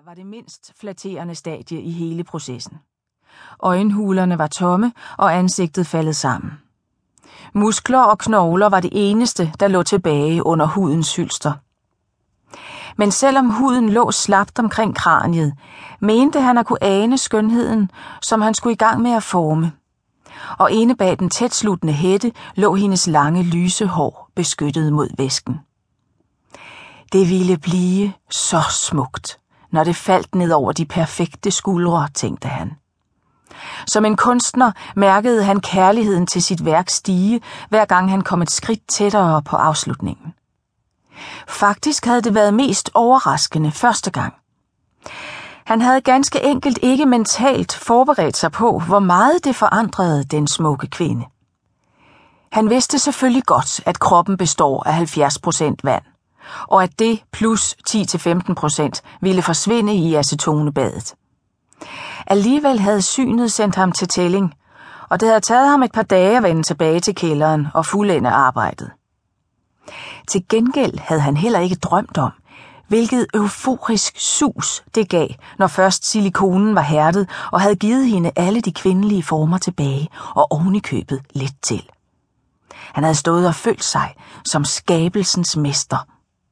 var det mindst flatterende stadie i hele processen. Øjenhulerne var tomme, og ansigtet faldet sammen. Muskler og knogler var det eneste, der lå tilbage under hudens hylster. Men selvom huden lå slapt omkring kraniet, mente han at kunne ane skønheden, som han skulle i gang med at forme. Og inde bag den tætsluttende hætte lå hendes lange lyse hår beskyttet mod væsken. Det ville blive så smukt, når det faldt ned over de perfekte skuldre, tænkte han. Som en kunstner mærkede han kærligheden til sit værk stige, hver gang han kom et skridt tættere på afslutningen. Faktisk havde det været mest overraskende første gang. Han havde ganske enkelt ikke mentalt forberedt sig på, hvor meget det forandrede den smukke kvinde. Han vidste selvfølgelig godt, at kroppen består af 70% vand, og at det plus 10-15% ville forsvinde i acetonebadet. Alligevel havde synet sendt ham til tælling, og det havde taget ham et par dage at vende tilbage til kælderen og fuldende arbejdet. Til gengæld havde han heller ikke drømt om, hvilket euforisk sus det gav, når først silikonen var hærdet og havde givet hende alle de kvindelige former tilbage og ovenikøbet lidt til. Han havde stået og følt sig som skabelsens mester.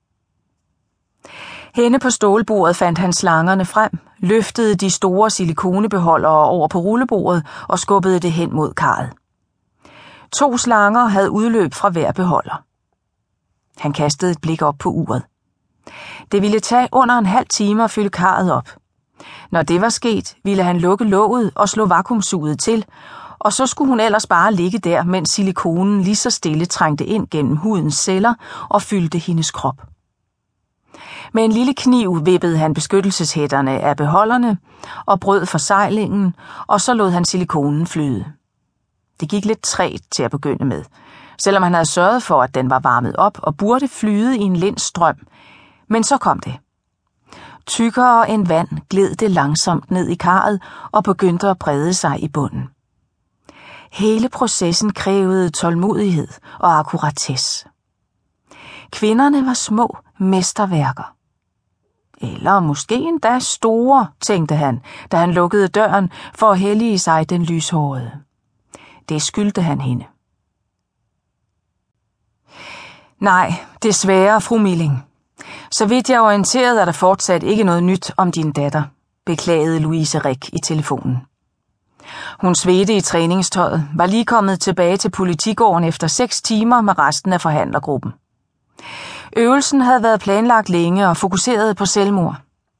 Henne på stålbordet fandt han slangerne frem, løftede de store silikonebeholdere over på rullebordet og skubbede det hen mod karret. 2 slanger havde udløb fra hver beholder. Han kastede et blik op på uret. Det ville tage under en halv time at fylde karret op. Når det var sket, ville han lukke låget og slå vakuumsuget til, og så skulle hun ellers bare ligge der, mens silikonen lige så stille trængte ind gennem hudens celler og fyldte hendes krop. Med en lille kniv vippede han beskyttelseshætterne af beholderne og brød forsejlingen, og så lod han silikonen flyde. Det gik lidt trægt til at begynde med, selvom han havde sørget for, at den var varmet op og burde flyde i en lind strøm. Men så kom det. Tykkere end vand gled det langsomt ned i karret og begyndte at brede sig i bunden. Hele processen krævede tålmodighed og akkuratesse. Kvinderne var små mesterværker. Eller måske endda store, tænkte han, da han lukkede døren for at hellige sig den lyshårede. Det skyldte han hende. Nej, desværre, fru Milling. Så vidt jeg er orienteret, er der fortsat ikke noget nyt om din datter, beklagede Louise Rick i telefonen. Hun svedte i træningstøjet, var lige kommet tilbage til politigården efter 6 timer med resten af forhandlergruppen. Øvelsen havde været planlagt længe og fokuseret på selvmord.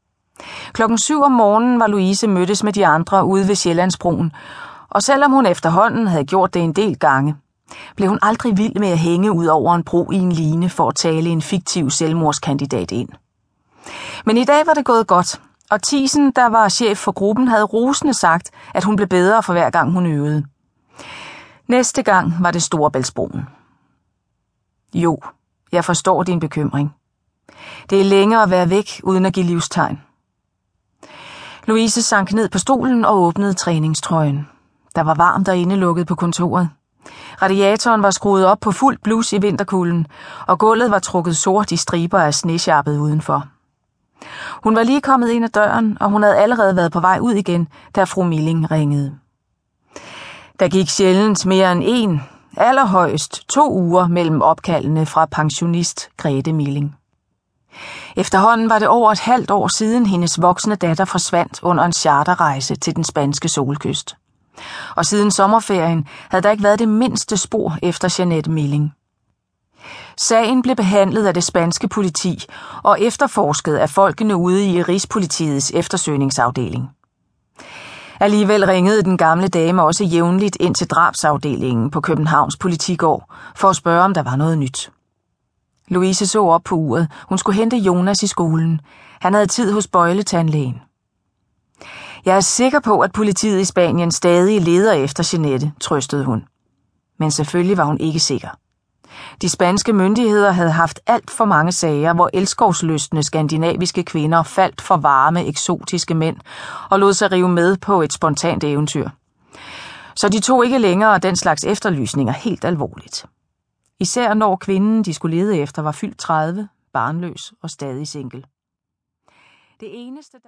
7:00 om morgenen var Louise mødtes med de andre ude ved Sjællandsbroen, og selvom hun efterhånden havde gjort det en del gange, blev hun aldrig vild med at hænge ud over en bro i en line for at tale en fiktiv selvmordskandidat ind. Men i dag var det gået godt, og Thiesen, der var chef for gruppen, havde rosende sagt, at hun blev bedre for hver gang hun øvede. Næste gang var det Storebæltsbroen. Jo, jeg forstår din bekymring. Det er længere at være væk, uden at give livstegn. Louise sank ned på stolen og åbnede træningstrøjen. Der var varmt og indelukket på kontoret. Radiatoren var skruet op på fuld blus i vinterkulden, og gulvet var trukket sort i striber af snesjappet udenfor. Hun var lige kommet ind ad døren, og hun havde allerede været på vej ud igen, da fru Milling ringede. Der gik sjældent mere end allerhøjst 2 uger mellem opkaldene fra pensionist Grete Milling. Efterhånden var det over et halvt år siden hendes voksne datter forsvandt under en charterrejse til den spanske solkyst. Og siden sommerferien havde der ikke været det mindste spor efter Jeanette Milling. Sagen blev behandlet af det spanske politi og efterforsket af folkene ude i Rigspolitiets eftersøgningsafdeling. Alligevel ringede den gamle dame også jævnligt ind til drabsafdelingen på Københavns Politigård for at spørge, om der var noget nyt. Louise så op på uret. Hun skulle hente Jonas i skolen. Han havde tid hos bøjletandlægen. Jeg er sikker på, at politiet i Spanien stadig leder efter Jeanette, trøstede hun. Men selvfølgelig var hun ikke sikker. De spanske myndigheder havde haft alt for mange sager, hvor elskovslystne skandinaviske kvinder faldt for varme, eksotiske mænd og lod sig rive med på et spontant eventyr. Så de tog ikke længere den slags efterlysninger helt alvorligt. Især når kvinden, de skulle lede efter, var fyldt 30, barnløs og stadig single. Det eneste, der